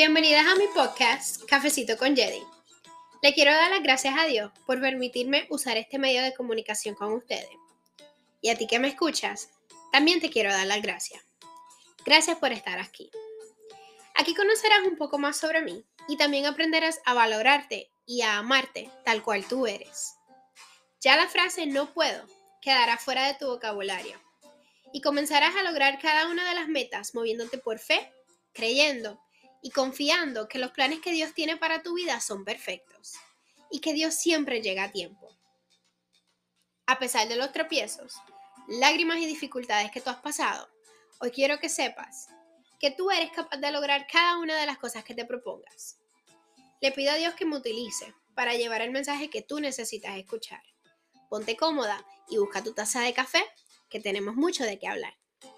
Bienvenidas a mi podcast Cafecito con Jedi. Le quiero dar las gracias a Dios por permitirme usar este medio de comunicación con ustedes. Y a ti que me escuchas, también te quiero dar las gracias. Gracias por estar aquí. Aquí conocerás un poco más sobre mí y también aprenderás a valorarte y a amarte tal cual tú eres. Ya la frase no puedo quedará fuera de tu vocabulario y comenzarás a lograr cada una de las metas moviéndote por fe, creyendo y confiando que los planes que Dios tiene para tu vida son perfectos y que Dios siempre llega a tiempo. A pesar de los tropiezos, lágrimas y dificultades que tú has pasado, hoy quiero que sepas que tú eres capaz de lograr cada una de las cosas que te propongas. Le pido a Dios que me utilice para llevar el mensaje que tú necesitas escuchar. Ponte cómoda y busca tu taza de café, que tenemos mucho de qué hablar.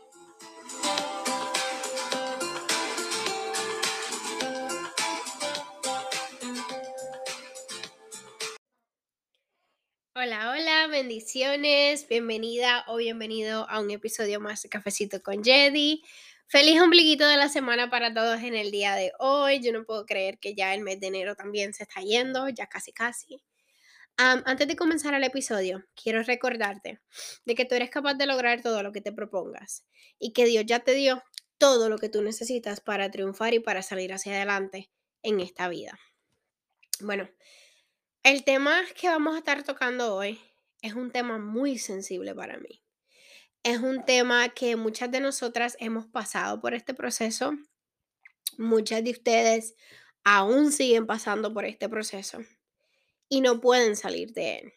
Hola, hola, bendiciones, bienvenida o bienvenido a un episodio más de Cafecito con Jedi. Feliz ombliguito de la semana para todos en el día de hoy. Yo no puedo creer que ya el mes de enero también se está yendo, ya casi. Antes de comenzar el episodio, quiero recordarte de que tú eres capaz de lograr todo lo que te propongas y que Dios ya te dio todo lo que tú necesitas para triunfar y para salir hacia adelante en esta vida. Bueno, el tema que vamos a estar tocando hoy es un tema muy sensible para mí. Es un tema que muchas de nosotras hemos pasado por este proceso. Muchas de ustedes aún siguen pasando por este proceso y no pueden salir de él.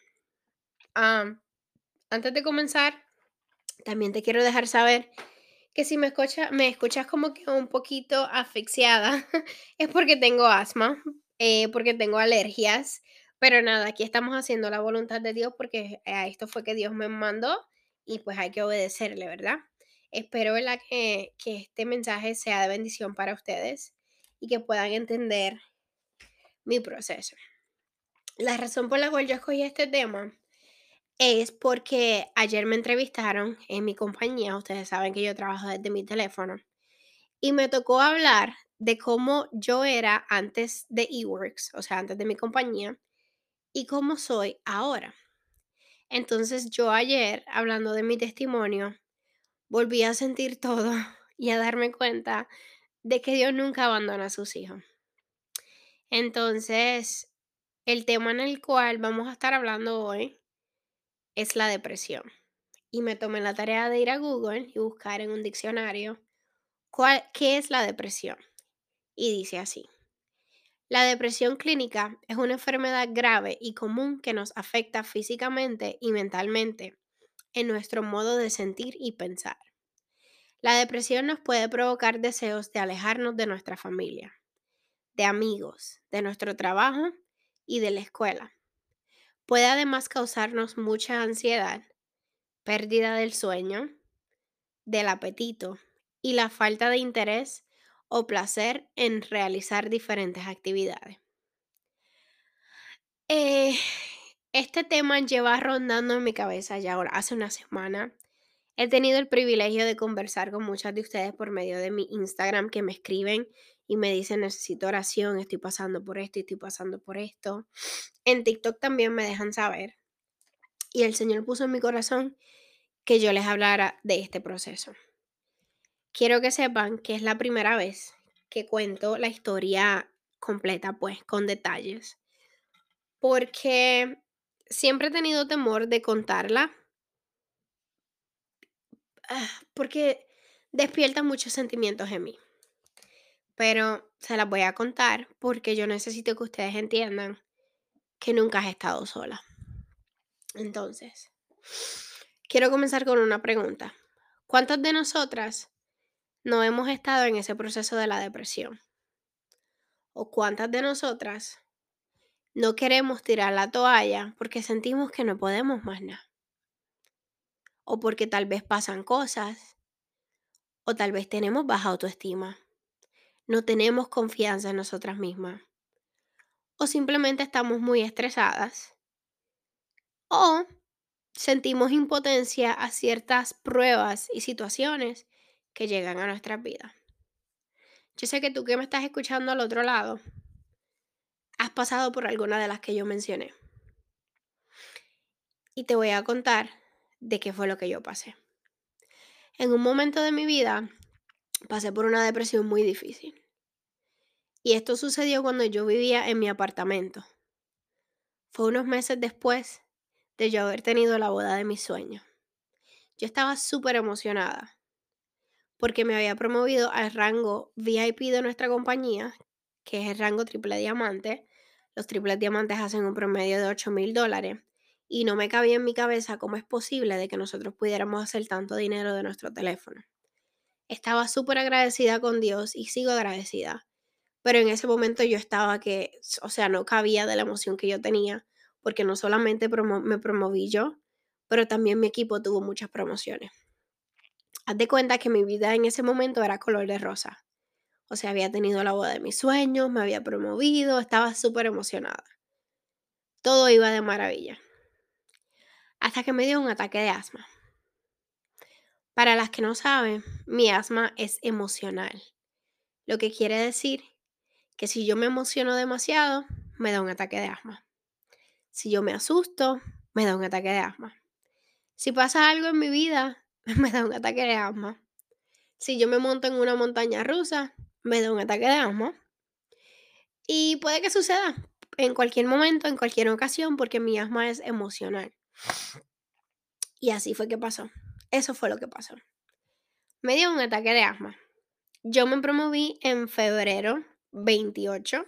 Antes de comenzar, también te quiero dejar saber que si me escuchas como que un poquito asfixiada, es porque tengo asma, porque tengo alergias, pero nada, aquí estamos haciendo la voluntad de Dios porque a esto fue que Dios me mandó y pues hay que obedecerle, ¿verdad? Espero, ¿verdad? Que este mensaje sea de bendición para ustedes y que puedan entender mi proceso. La razón por la cual yo escogí este tema es porque ayer me entrevistaron en mi compañía, ustedes saben que yo trabajo desde mi teléfono, y me tocó hablar de cómo yo era antes de eWorks, o sea, antes de mi compañía, y cómo soy ahora. Entonces yo ayer, hablando de mi testimonio, volví a sentir todo y a darme cuenta de que Dios nunca abandona a sus hijos. Entonces, el tema en el cual vamos a estar hablando hoy es la depresión. Y me tomé la tarea de ir a Google y buscar en un diccionario qué es la depresión. Y dice así: la depresión clínica es una enfermedad grave y común que nos afecta físicamente y mentalmente en nuestro modo de sentir y pensar. La depresión nos puede provocar deseos de alejarnos de nuestra familia, de amigos, de nuestro trabajo y de la escuela. Puede además causarnos mucha ansiedad, pérdida del sueño, del apetito y la falta de interés o placer en realizar diferentes actividades. Eh, este tema lleva rondando en mi cabeza ya ahora hace una semana. He tenido el privilegio de conversar con muchas de ustedes por medio de mi Instagram, que me escriben y me dicen: necesito oración, estoy pasando por esto, estoy pasando por esto. En TikTok también me dejan saber. Y el Señor puso en mi corazón que yo les hablara de este proceso. Quiero que sepan que es la primera vez que cuento la historia completa, pues, con detalles, porque siempre he tenido temor de contarla, porque despierta muchos sentimientos en mí, pero se las voy a contar porque yo necesito que ustedes entiendan que nunca has estado sola. Entonces, quiero comenzar con una pregunta. ¿Cuántas de nosotras no hemos estado en ese proceso de la depresión? ¿O cuántas de nosotras no queremos tirar la toalla porque sentimos que no podemos más nada? O porque tal vez pasan cosas, o tal vez tenemos baja autoestima, no tenemos confianza en nosotras mismas, o simplemente estamos muy estresadas, o sentimos impotencia a ciertas pruebas y situaciones que llegan a nuestras vidas. Yo sé que tú que me estás escuchando al otro lado, has pasado por alguna de las que yo mencioné. Y te voy a contar de qué fue lo que yo pasé. En un momento de mi vida pasé por una depresión muy difícil. Y esto sucedió cuando yo vivía en mi apartamento. Fue unos meses después de yo haber tenido la boda de mis sueños. Yo estaba súper emocionada porque me había promovido al rango VIP de nuestra compañía, que es el rango triple diamante. Los triples diamantes hacen un promedio de $8,000 y no me cabía en mi cabeza cómo es posible de que nosotros pudiéramos hacer tanto dinero de nuestro teléfono. Estaba súper agradecida con Dios y sigo agradecida, pero en ese momento yo estaba que, o sea, no cabía de la emoción que yo tenía, porque no solamente me promoví yo, pero también mi equipo tuvo muchas promociones. Haz de cuenta que mi vida en ese momento era color de rosa. O sea, había tenido la boda de mis sueños, me había promovido, estaba súper emocionada. Todo iba de maravilla. Hasta que me dio un ataque de asma. Para las que no saben, mi asma es emocional. Lo que quiere decir que si yo me emociono demasiado, me da un ataque de asma. Si yo me asusto, me da un ataque de asma. Si pasa algo en mi vida, me da un ataque de asma. Si yo me monto en una montaña rusa, me da un ataque de asma. Y puede que suceda en cualquier momento, en cualquier ocasión, porque mi asma es emocional. Y así fue que pasó. Eso fue lo que pasó. Me dio un ataque de asma. Yo me promoví en febrero 28.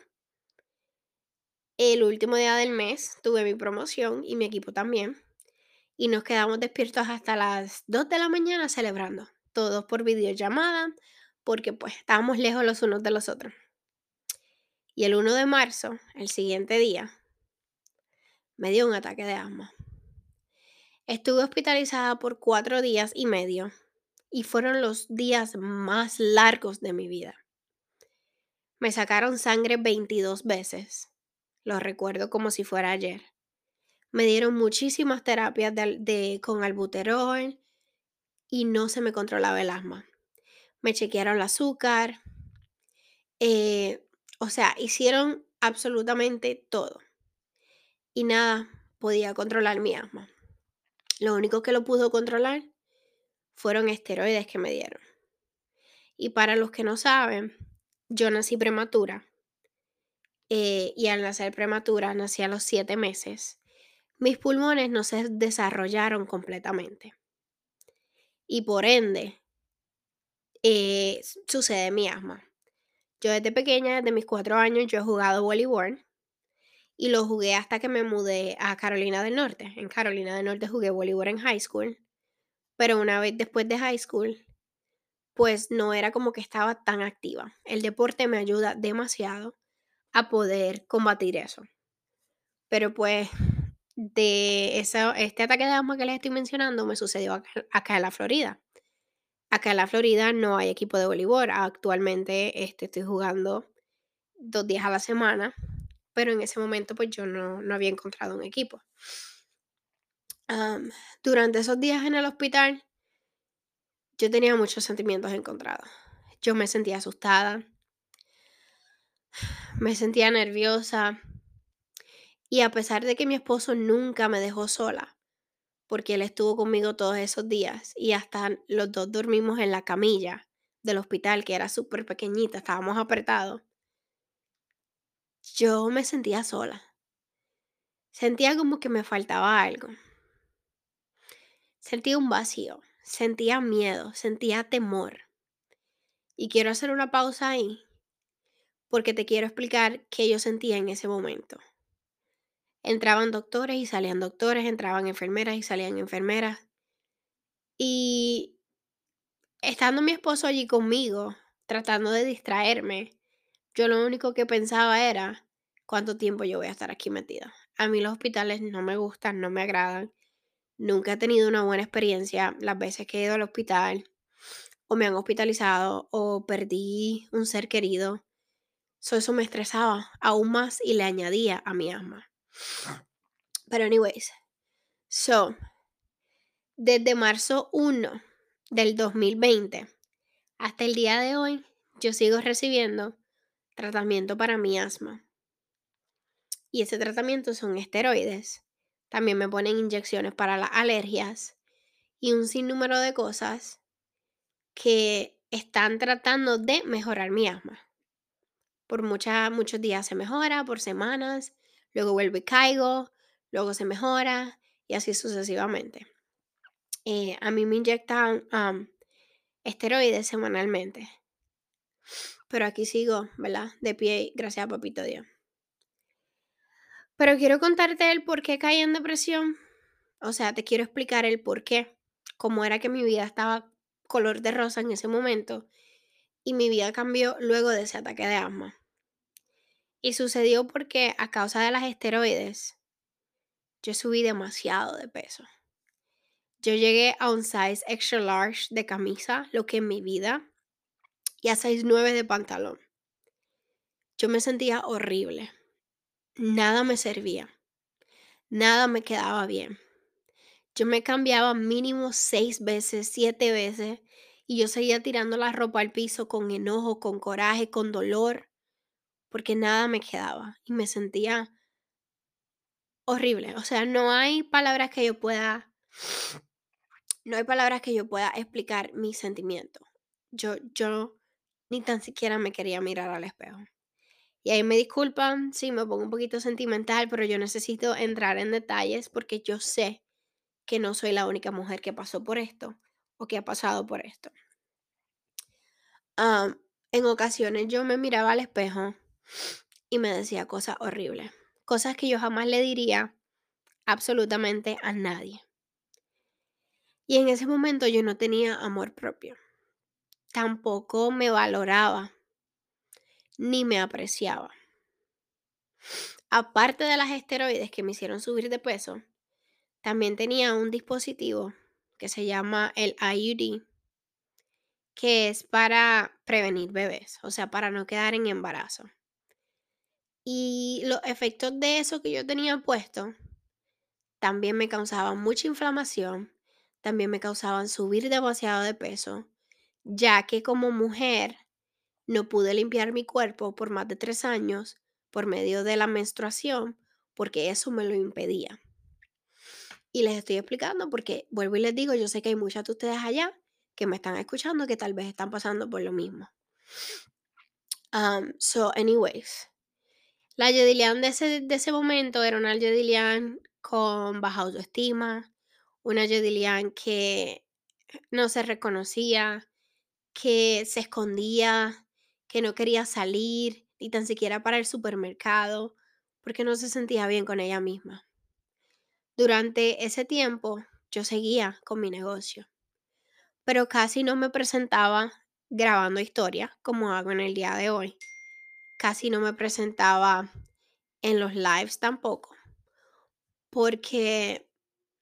El último día del mes tuve mi promoción y mi equipo también. Y nos quedamos despiertos hasta las 2 de la mañana celebrando. Todos por videollamada, porque pues estábamos lejos los unos de los otros. Y el 1 de marzo, el siguiente día, me dio un ataque de asma. Estuve hospitalizada por 4 días y medio y fueron los días más largos de mi vida. Me sacaron sangre 22 veces. Lo recuerdo como si fuera ayer. Me dieron muchísimas terapias con albuterol y no se me controlaba el asma. Me chequearon el azúcar, eh, o sea, hicieron absolutamente todo y nada podía controlar mi asma. Lo único que lo pudo controlar fueron esteroides que me dieron. Y para los que no saben, yo nací prematura y al nacer prematura, nací a los 7 meses. Mis pulmones no se desarrollaron completamente y por ende sucede mi asma. Yo desde pequeña, desde mis 4 años, yo he jugado voleibol y lo jugué hasta que me mudé a Carolina del Norte. En Carolina del Norte jugué voleibol en high school, pero una vez después de high school, pues no era como que estaba tan activa. El deporte me ayuda demasiado a poder combatir eso. Pero pues este ataque de asma que les estoy mencionando me sucedió acá en la Florida. Acá en la Florida no hay equipo de voleibol. Actualmente estoy jugando 2 días a la semana, pero en ese momento pues yo no había encontrado un equipo. Durante esos días en el hospital, yo tenía muchos sentimientos encontrados. Yo me sentía asustada, me sentía nerviosa y a pesar de que mi esposo nunca me dejó sola, porque él estuvo conmigo todos esos días y hasta los dos dormimos en la camilla del hospital, que era súper pequeñita, estábamos apretados, yo me sentía sola. Sentía como que me faltaba algo. Sentía un vacío, sentía miedo, sentía temor. Y quiero hacer una pausa ahí porque te quiero explicar qué yo sentía en ese momento. Entraban doctores y salían doctores, entraban enfermeras y salían enfermeras. Y estando mi esposo allí conmigo, tratando de distraerme, yo lo único que pensaba era cuánto tiempo yo voy a estar aquí metida. A mí los hospitales no me gustan, no me agradan. Nunca he tenido una buena experiencia las veces que he ido al hospital o me han hospitalizado o perdí un ser querido. Eso me estresaba aún más y le añadía a mi asma. Pero anyways, so, desde marzo 1 del 2020 hasta el día de hoy, yo sigo recibiendo tratamiento para mi asma y ese tratamiento son esteroides. También me ponen inyecciones para las alergias y un sinnúmero de cosas que están tratando de mejorar mi asma. Por muchos días se mejora, por semanas, luego vuelvo y caigo, luego se mejora y así sucesivamente. A mí me inyectan esteroides semanalmente, pero aquí sigo, ¿verdad? De pie, gracias a Papito Dios. Pero quiero contarte el por qué caí en depresión. O sea, te quiero explicar el por qué. Cómo era que mi vida estaba color de rosa en ese momento y mi vida cambió luego de ese ataque de asma. Y sucedió porque a causa de las esteroides, yo subí demasiado de peso. Yo llegué a un size extra large de camisa, lo que en mi vida, y a size 9 de pantalón. Yo me sentía horrible. Nada me servía. Nada me quedaba bien. Yo me cambiaba mínimo 6 veces, 7 veces, y yo seguía tirando la ropa al piso con enojo, con coraje, con dolor, porque nada me quedaba y me sentía horrible. O sea, no hay palabras que yo pueda explicar mi sentimiento. Yo ni tan siquiera me quería mirar al espejo. Y ahí me disculpan si me pongo un poquito sentimental, pero yo necesito entrar en detalles porque yo sé que no soy la única mujer que pasó por esto o que ha pasado por esto. En ocasiones yo me miraba al espejo y me decía cosas horribles, cosas que yo jamás le diría absolutamente a nadie. Y en ese momento yo no tenía amor propio, tampoco me valoraba ni me apreciaba. Aparte de las esteroides que me hicieron subir de peso, también tenía un dispositivo que se llama el IUD, que es para prevenir bebés, o sea, para no quedar en embarazo. Y los efectos de eso que yo tenía puesto también me causaban mucha inflamación, también me causaban subir demasiado de peso, ya que como mujer no pude limpiar mi cuerpo por más de 3 años por medio de la menstruación, porque eso me lo impedía. Y les estoy explicando porque, vuelvo y les digo, yo sé que hay muchas de ustedes allá que me están escuchando que tal vez están pasando por lo mismo. So, anyways, la Yedilian de ese momento era una Yedilian con baja autoestima, una Yedilian que no se reconocía, que se escondía, que no quería salir ni tan siquiera para el supermercado, porque no se sentía bien con ella misma. Durante ese tiempo yo seguía con mi negocio, pero casi no me presentaba grabando historias como hago en el día de hoy. Casi no me presentaba en los lives tampoco, porque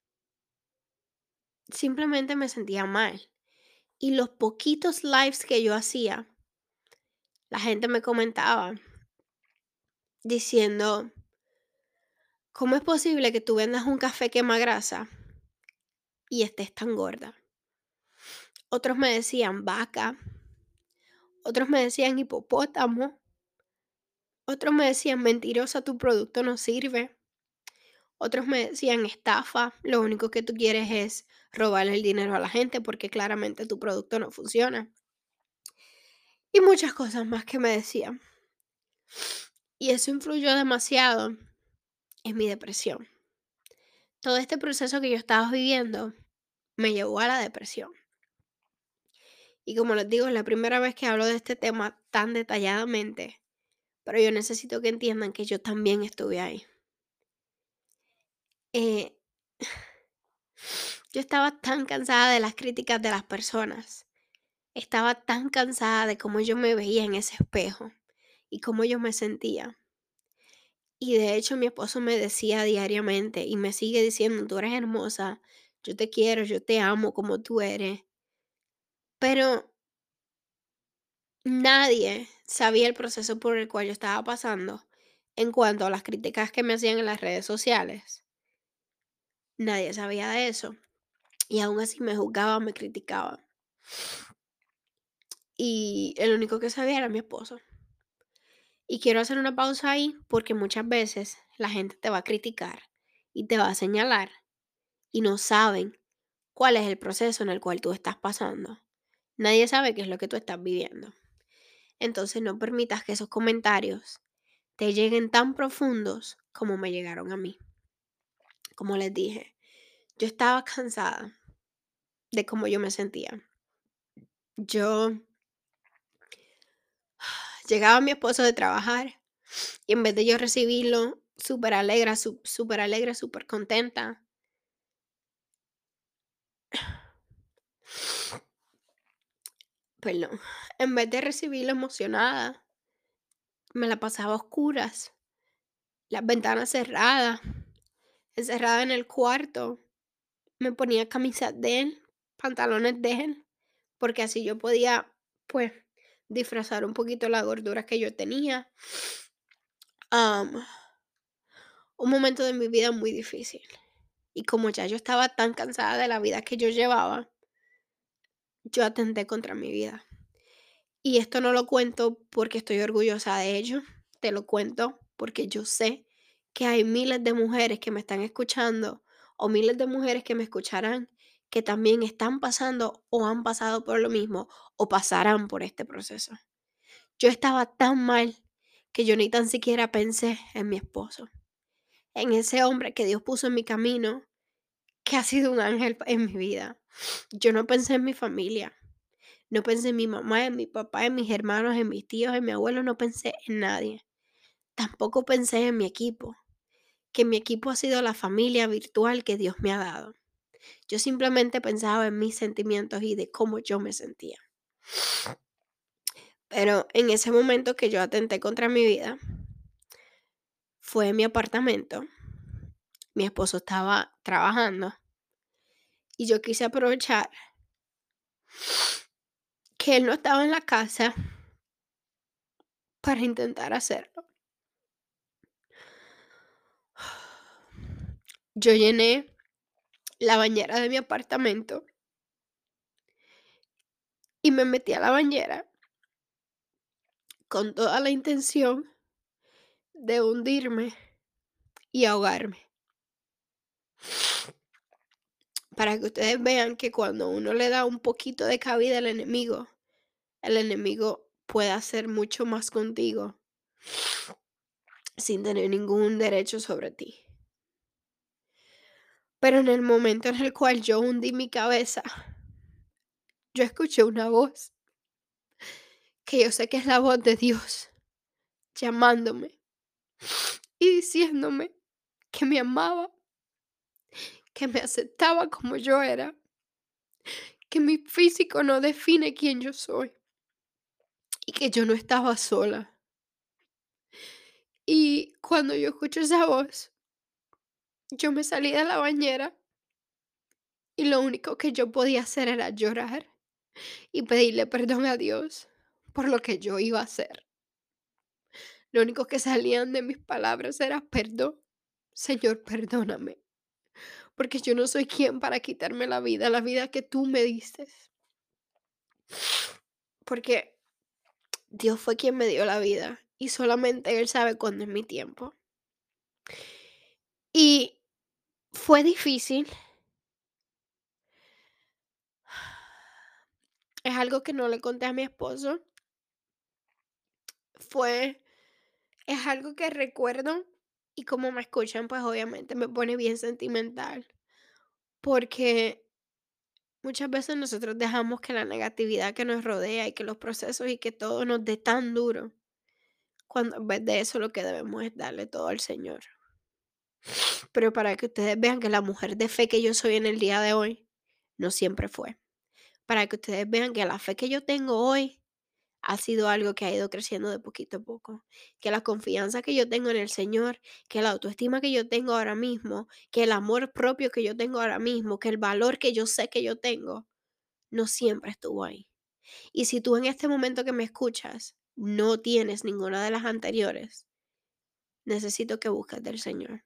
simplemente me sentía mal. Y los poquitos lives que yo hacía, la gente me comentaba diciendo, ¿cómo es posible que tú vendas un café quema grasa y estés tan gorda? Otros me decían vaca, otros me decían hipopótamo, otros me decían mentirosa, tu producto no sirve. Otros me decían estafa, lo único que tú quieres es robarle el dinero a la gente porque claramente tu producto no funciona. Y muchas cosas más que me decían. Y eso influyó demasiado en mi depresión. Todo este proceso que yo estaba viviendo me llevó a la depresión. Y como les digo, es la primera vez que hablo de este tema tan detalladamente, pero yo necesito que entiendan que yo también estuve ahí. Eh, yo estaba tan cansada de las críticas de las personas. Estaba tan cansada de cómo yo me veía en ese espejo y cómo yo me sentía. Y de hecho mi esposo me decía diariamente y me sigue diciendo, tú eres hermosa, yo te quiero, yo te amo como tú eres. Pero nadie sabía el proceso por el cual yo estaba pasando en cuanto a las críticas que me hacían en las redes sociales. Nadie sabía de eso. Y aún así me juzgaban, me criticaban. y el único que sabía era mi esposo. Y quiero hacer una pausa ahí porque muchas veces la gente te va a criticar y te va a señalar y no saben cuál es el proceso en el cual tú estás pasando. Nadie sabe qué es lo que tú estás viviendo. Entonces no permitas que esos comentarios te lleguen tan profundos como me llegaron a mí. Como les dije, yo estaba cansada de cómo yo me sentía. Yo llegaba mi esposo de trabajar y en vez de yo recibirlo súper alegre, súper contenta, perdón, en vez de recibirlo emocionada, me la pasaba a oscuras, las ventanas cerradas, encerrada en el cuarto, me ponía camisas de él, pantalones de él, porque así yo podía, pues, disfrazar un poquito la gordura que yo tenía. Am, un momento de mi vida muy difícil. Y como ya yo estaba tan cansada de la vida que yo llevaba, yo atenté contra mi vida. Y esto no lo cuento porque estoy orgullosa de ello, te lo cuento porque yo sé que hay miles de mujeres que me están escuchando o miles de mujeres que me escucharán que también están pasando o han pasado por lo mismo o pasarán por este proceso. Yo estaba tan mal que yo ni tan siquiera pensé en mi esposo, en ese hombre que Dios puso en mi camino, que ha sido un ángel en mi vida. Yo no pensé en mi familia. No pensé en mi mamá, en mi papá, en mis hermanos, en mis tíos, en mi abuelo, no pensé en nadie. Tampoco pensé en mi equipo, que mi equipo ha sido la familia virtual que Dios me ha dado. Yo simplemente pensaba en mis sentimientos y de cómo yo me sentía. Pero en ese momento que yo atenté contra mi vida, fue en mi apartamento. Mi esposo estaba trabajando y yo quise aprovechar que él no estaba en la casa para intentar hacerlo. Yo llené la bañera de mi apartamento y me metí a la bañera con toda la intención de hundirme y ahogarme. Para que ustedes vean que cuando uno le da un poquito de cabida al enemigo, el enemigo puede hacer mucho más contigo sin tener ningún derecho sobre ti. Pero en el momento en el cual yo hundí mi cabeza, yo escuché una voz que yo sé que es la voz de Dios llamándome y diciéndome que me amaba, que me aceptaba como yo era, que mi físico no define quién yo soy y que yo no estaba sola. Y cuando yo escuché esa voz, yo me salí de la bañera y lo único que yo podía hacer era llorar y pedirle perdón a Dios por lo que yo iba a hacer. Lo único que salían de mis palabras era perdón. Señor, perdóname, porque yo no soy quien para quitarme la vida que tú me diste. Porque Dios fue quien me dio la vida y solamente Él sabe cuándo es mi tiempo. Y fue difícil, es algo que no le conté a mi esposo, fue es algo que recuerdo y como me escuchan, pues obviamente me pone bien sentimental, porque muchas veces nosotros dejamos que la negatividad que nos rodea y que los procesos y que todo nos dé tan duro, cuando en vez de eso lo que debemos es darle todo al Señor. Pero para que ustedes vean que la mujer de fe que yo soy en el día de hoy, no siempre fue. Para que ustedes vean que la fe que yo tengo hoy ha sido algo que ha ido creciendo de poquito a poco. Que la confianza que yo tengo en el Señor, que la autoestima que yo tengo ahora mismo, que el amor propio que yo tengo ahora mismo, que el valor que yo sé que yo tengo, no siempre estuvo ahí. Y si tú en este momento que me escuchas no tienes ninguna de las anteriores, necesito que busques del Señor.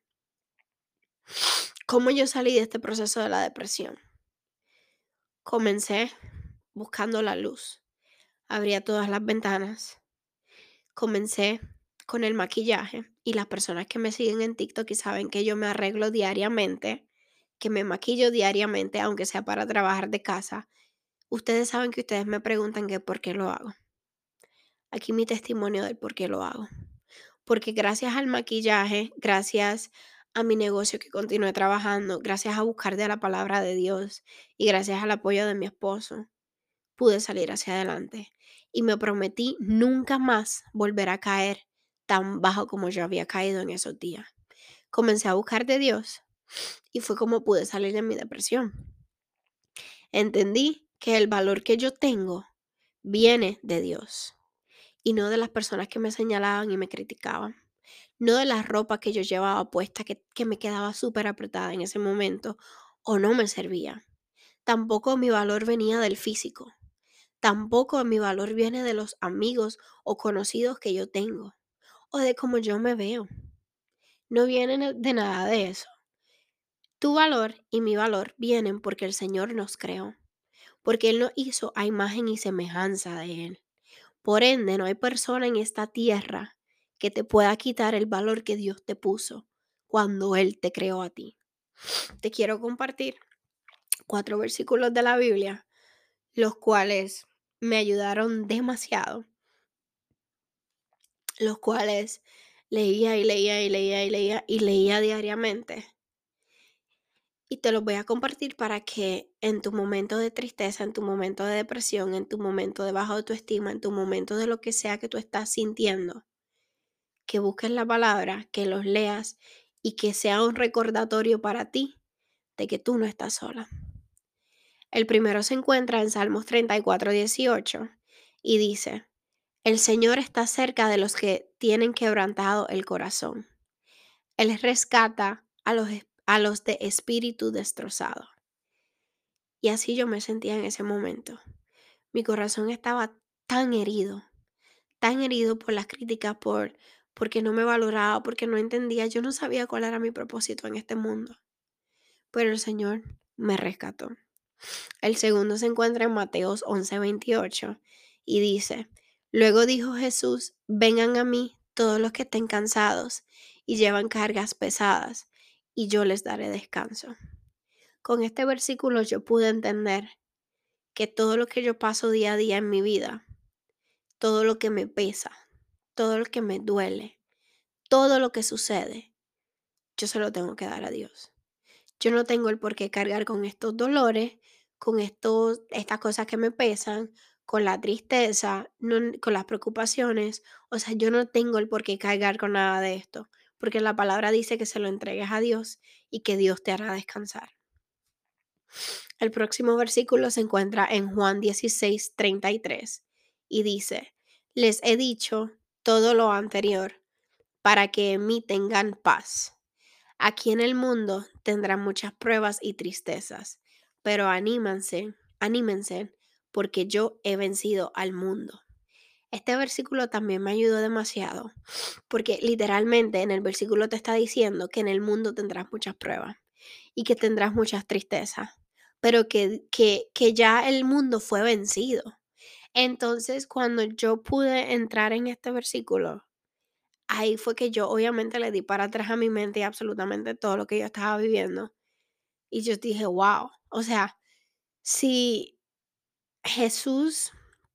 ¿Cómo yo salí de este proceso de la depresión? Comencé buscando la luz, abría todas las ventanas. Comencé con el maquillaje y las personas que me siguen en TikTok y saben que yo me arreglo diariamente, que me maquillo diariamente, aunque sea para trabajar de casa, ustedes saben que ustedes me preguntan que por qué lo hago. Aquí mi testimonio del por qué lo hago. Porque gracias al maquillaje, gracias a mi negocio que continué trabajando, gracias a buscar de la palabra de Dios y gracias al apoyo de mi esposo, pude salir hacia adelante. Y me prometí nunca más volver a caer tan bajo como yo había caído en esos días. Comencé a buscar de Dios y fue como pude salir de mi depresión. Entendí que el valor que yo tengo viene de Dios y no de las personas que me señalaban y me criticaban. No de la ropa que yo llevaba puesta que me quedaba súper apretada en ese momento o no me servía. Tampoco mi valor venía del físico. Tampoco mi valor viene de los amigos o conocidos que yo tengo o de cómo yo me veo. No viene de nada de eso. Tu valor y mi valor vienen porque el Señor nos creó, porque Él nos hizo a imagen y semejanza de Él. Por ende, no hay persona en esta tierra que te pueda quitar el valor que Dios te puso cuando Él te creó a ti. Te quiero compartir 4 versículos de la Biblia, los cuales me ayudaron demasiado, los cuales leía y leía y leía y leía y leía diariamente. Y te los voy a compartir para que en tu momento de tristeza, en tu momento de depresión, en tu momento de baja autoestima, en tu momento de lo que sea que tú estás sintiendo, que busques la palabra, que los leas y que sea un recordatorio para ti de que tú no estás sola. El primero se encuentra en Salmos 34:18 y dice, el Señor está cerca de los que tienen quebrantado el corazón. Él rescata a los de espíritu destrozado. Y así yo me sentía en ese momento. Mi corazón estaba tan herido por las críticas, porque no me valoraba, porque no entendía, yo no sabía cuál era mi propósito en este mundo. Pero el Señor me rescató. El segundo se encuentra en Mateos 11:28 y dice, luego dijo Jesús, vengan a mí todos los que estén cansados y llevan cargas pesadas, y yo les daré descanso. Con este versículo yo pude entender que todo lo que yo paso día a día en mi vida, todo lo que me pesa, todo lo que me duele, todo lo que sucede, yo se lo tengo que dar a Dios. Yo no tengo el por qué cargar con estos dolores, con estas cosas que me pesan, con la tristeza, con las preocupaciones. O sea, yo no tengo el por qué cargar con nada de esto, porque la palabra dice que se lo entregues a Dios y que Dios te hará descansar. El próximo versículo se encuentra en Juan 16:33 y dice, les he dicho todo lo anterior para que en mí tengan paz. Aquí en el mundo tendrán muchas pruebas y tristezas, pero anímense, porque yo he vencido al mundo. Este versículo también me ayudó demasiado, porque literalmente en el versículo te está diciendo que en el mundo tendrás muchas pruebas y que tendrás muchas tristezas, pero que ya el mundo fue vencido. Entonces, cuando yo pude entrar en este versículo, ahí fue que yo obviamente le di para atrás a mi mente y absolutamente todo lo que yo estaba viviendo. Y yo dije, wow, o sea, si Jesús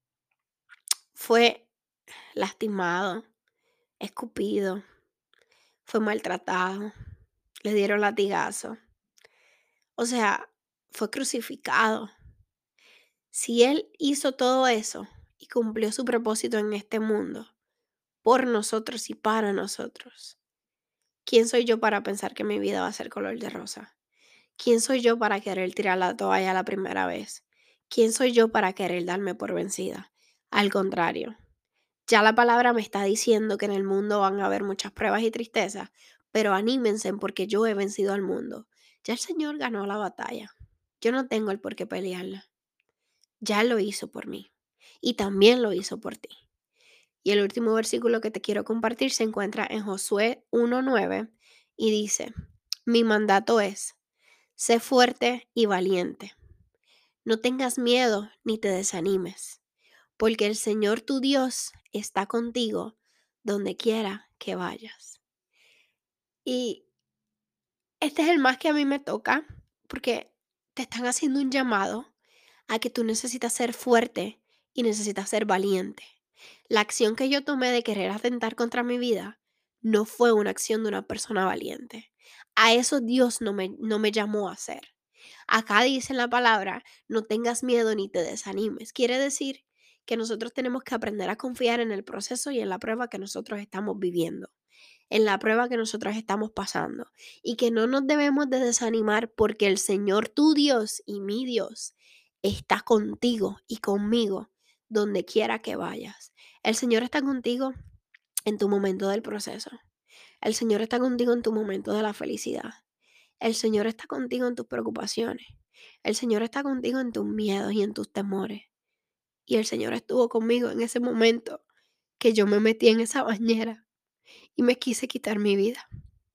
fue lastimado, escupido, fue maltratado, le dieron latigazo, o sea, fue crucificado. Si Él hizo todo eso y cumplió su propósito en este mundo, por nosotros y para nosotros, ¿quién soy yo para pensar que mi vida va a ser color de rosa? ¿Quién soy yo para querer tirar la toalla la primera vez? ¿Quién soy yo para querer darme por vencida? Al contrario, ya la palabra me está diciendo que en el mundo van a haber muchas pruebas y tristezas, pero anímense porque yo he vencido al mundo. Ya el Señor ganó la batalla. Yo no tengo el por qué pelearla. Ya lo hizo por mí y también lo hizo por ti. Y el último versículo que te quiero compartir se encuentra en Josué 1:9 y dice, mi mandato es, sé fuerte y valiente. No tengas miedo ni te desanimes, porque el Señor tu Dios está contigo donde quiera que vayas. Y este es el más que a mí me toca, porque te están haciendo un llamado a que tú necesitas ser fuerte y necesitas ser valiente. La acción que yo tomé de querer atentar contra mi vida no fue una acción de una persona valiente. A eso Dios no me llamó a hacer. Acá dice en la palabra, no tengas miedo ni te desanimes. Quiere decir que nosotros tenemos que aprender a confiar en el proceso y en la prueba que nosotros estamos viviendo, en la prueba que nosotros estamos pasando, y que no nos debemos de desanimar porque el Señor tu Dios y mi Dios está contigo y conmigo donde quiera que vayas. El Señor está contigo en tu momento del proceso. El Señor está contigo en tu momento de la felicidad. El Señor está contigo en tus preocupaciones. El Señor está contigo en tus miedos y en tus temores. Y el Señor estuvo conmigo en ese momento que yo me metí en esa bañera y me quise quitar mi vida.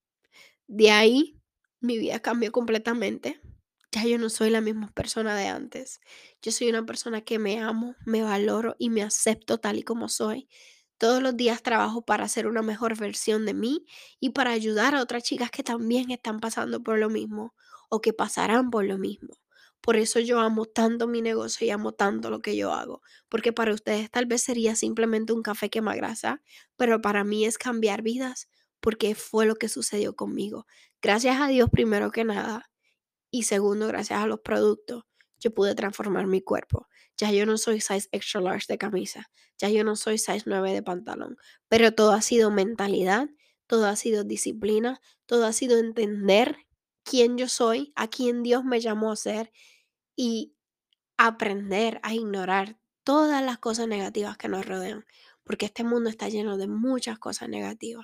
De ahí, mi vida cambió completamente. Ya yo no soy la misma persona de antes. Yo soy una persona que me amo, me valoro y me acepto tal y como soy. Todos los días trabajo para ser una mejor versión de mí y para ayudar a otras chicas que también están pasando por lo mismo o que pasarán por lo mismo. Por eso yo amo tanto mi negocio y amo tanto lo que yo hago, porque para ustedes tal vez sería simplemente un café quemagrasa, pero para mí es cambiar vidas, porque fue lo que sucedió conmigo. Gracias a Dios primero que nada, y segundo, gracias a los productos, yo pude transformar mi cuerpo. Ya yo no soy size extra large de camisa, ya yo no soy size 9 de pantalón, pero todo ha sido mentalidad, todo ha sido disciplina, todo ha sido entender quién yo soy, a quién Dios me llamó a ser y aprender a ignorar todas las cosas negativas que nos rodean, porque este mundo está lleno de muchas cosas negativas.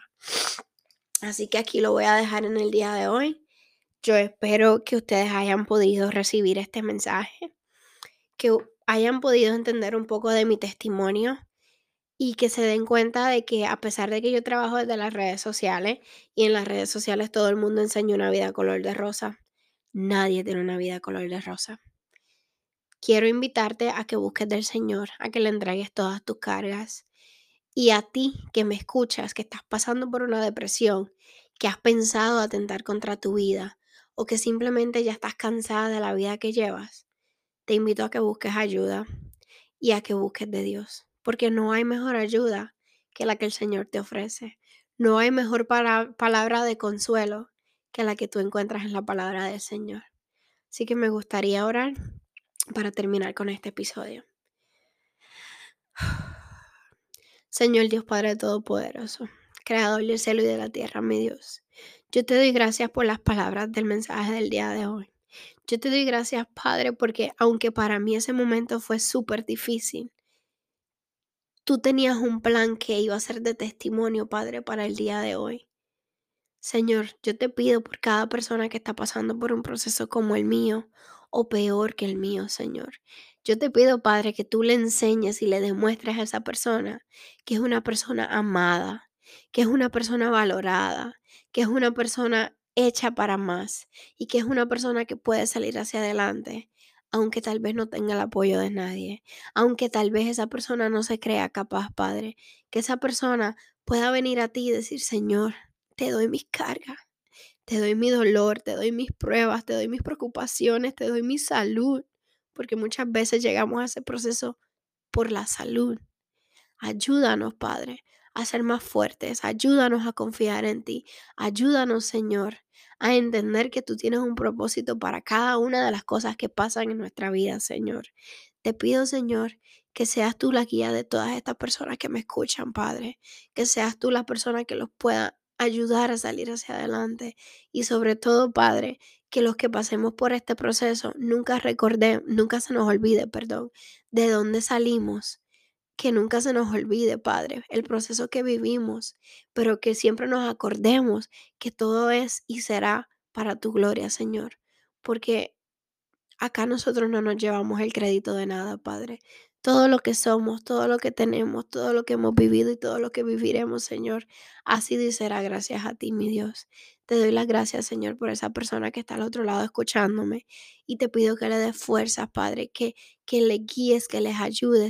Así que aquí lo voy a dejar en el día de hoy. Yo espero que ustedes hayan podido recibir este mensaje, que hayan podido entender un poco de mi testimonio y que se den cuenta de que a pesar de que yo trabajo desde las redes sociales y en las redes sociales todo el mundo enseña una vida color de rosa, nadie tiene una vida color de rosa. Quiero invitarte a que busques del Señor, a que le entregues todas tus cargas. Y a ti que me escuchas, que estás pasando por una depresión, que has pensado atentar contra tu vida o que simplemente ya estás cansada de la vida que llevas, te invito a que busques ayuda y a que busques de Dios, porque no hay mejor ayuda que la que el Señor te ofrece. No hay mejor palabra de consuelo que la que tú encuentras en la palabra del Señor. Así que me gustaría orar para terminar con este episodio. Señor Dios Padre Todopoderoso, Creador del cielo y de la tierra, mi Dios, yo te doy gracias por las palabras del mensaje del día de hoy. Yo te doy gracias, Padre, porque aunque para mí ese momento fue súper difícil, tú tenías un plan que iba a ser de testimonio, Padre, para el día de hoy. Señor, yo te pido por cada persona que está pasando por un proceso como el mío o peor que el mío, Señor. Yo te pido, Padre, que tú le enseñes y le demuestres a esa persona que es una persona amada, que es una persona valorada, que es una persona hecha para más y que es una persona que puede salir hacia adelante, aunque tal vez no tenga el apoyo de nadie, aunque tal vez esa persona no se crea capaz, Padre, que esa persona pueda venir a ti y decir, Señor, te doy mis cargas, te doy mi dolor, te doy mis pruebas, te doy mis preocupaciones, te doy mi salud, porque muchas veces llegamos a ese proceso por la salud. Ayúdanos, Padre, a ser más fuertes, ayúdanos a confiar en ti, ayúdanos, Señor, a entender que tú tienes un propósito para cada una de las cosas que pasan en nuestra vida, Señor. Te pido, Señor, que seas tú la guía de todas estas personas que me escuchan, Padre, que seas tú la persona que los pueda ayudar a salir hacia adelante y sobre todo, Padre, que los que pasemos por este proceso nunca se nos olvide, perdón, de dónde salimos, que nunca se nos olvide, Padre, el proceso que vivimos, pero que siempre nos acordemos que todo es y será para tu gloria, Señor, porque acá nosotros no nos llevamos el crédito de nada, Padre. Todo lo que somos, todo lo que tenemos, todo lo que hemos vivido y todo lo que viviremos, Señor, ha sido y será gracias a ti, mi Dios. Te doy las gracias, Señor, por esa persona que está al otro lado escuchándome y te pido que le des fuerzas, Padre, que le guíes, que les ayudes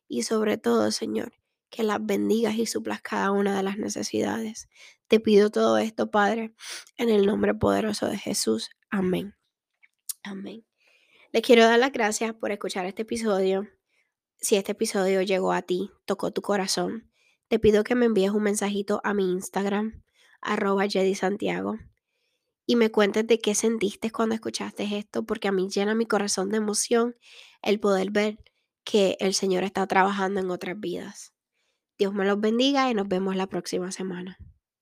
y sobre todo, Señor, que las bendigas y suplas cada una de las necesidades. Te pido todo esto, Padre, en el nombre poderoso de Jesús. Amén. Amén. Les quiero dar las gracias por escuchar este episodio. Si este episodio llegó a ti, tocó tu corazón, te pido que me envíes un mensajito a mi Instagram, @JediSantiago, y me cuentes de qué sentiste cuando escuchaste esto, porque a mí llena mi corazón de emoción el poder ver que el Señor está trabajando en otras vidas. Dios me los bendiga y nos vemos la próxima semana.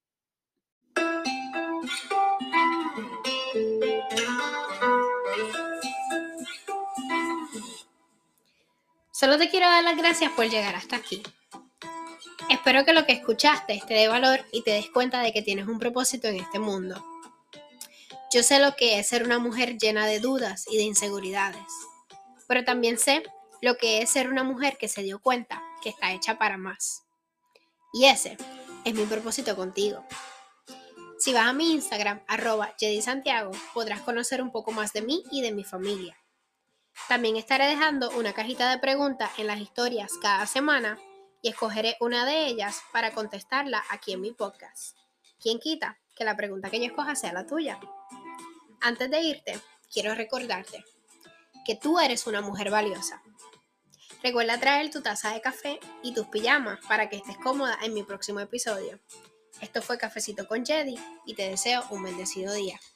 Solo te quiero dar las gracias por llegar hasta aquí. Espero que lo que escuchaste te dé valor y te des cuenta de que tienes un propósito en este mundo. Yo sé lo que es ser una mujer llena de dudas y de inseguridades, pero también sé lo que es ser una mujer que se dio cuenta que está hecha para más. Y ese es mi propósito contigo. Si vas a mi Instagram, @JediSantiago, podrás conocer un poco más de mí y de mi familia. También estaré dejando una cajita de preguntas en las historias cada semana y escogeré una de ellas para contestarla aquí en mi podcast. ¿Quién quita que la pregunta que yo escoja sea la tuya? Antes de irte, quiero recordarte que tú eres una mujer valiosa. Recuerda traer tu taza de café y tus pijamas para que estés cómoda en mi próximo episodio. Esto fue Cafecito con Jedi y te deseo un bendecido día.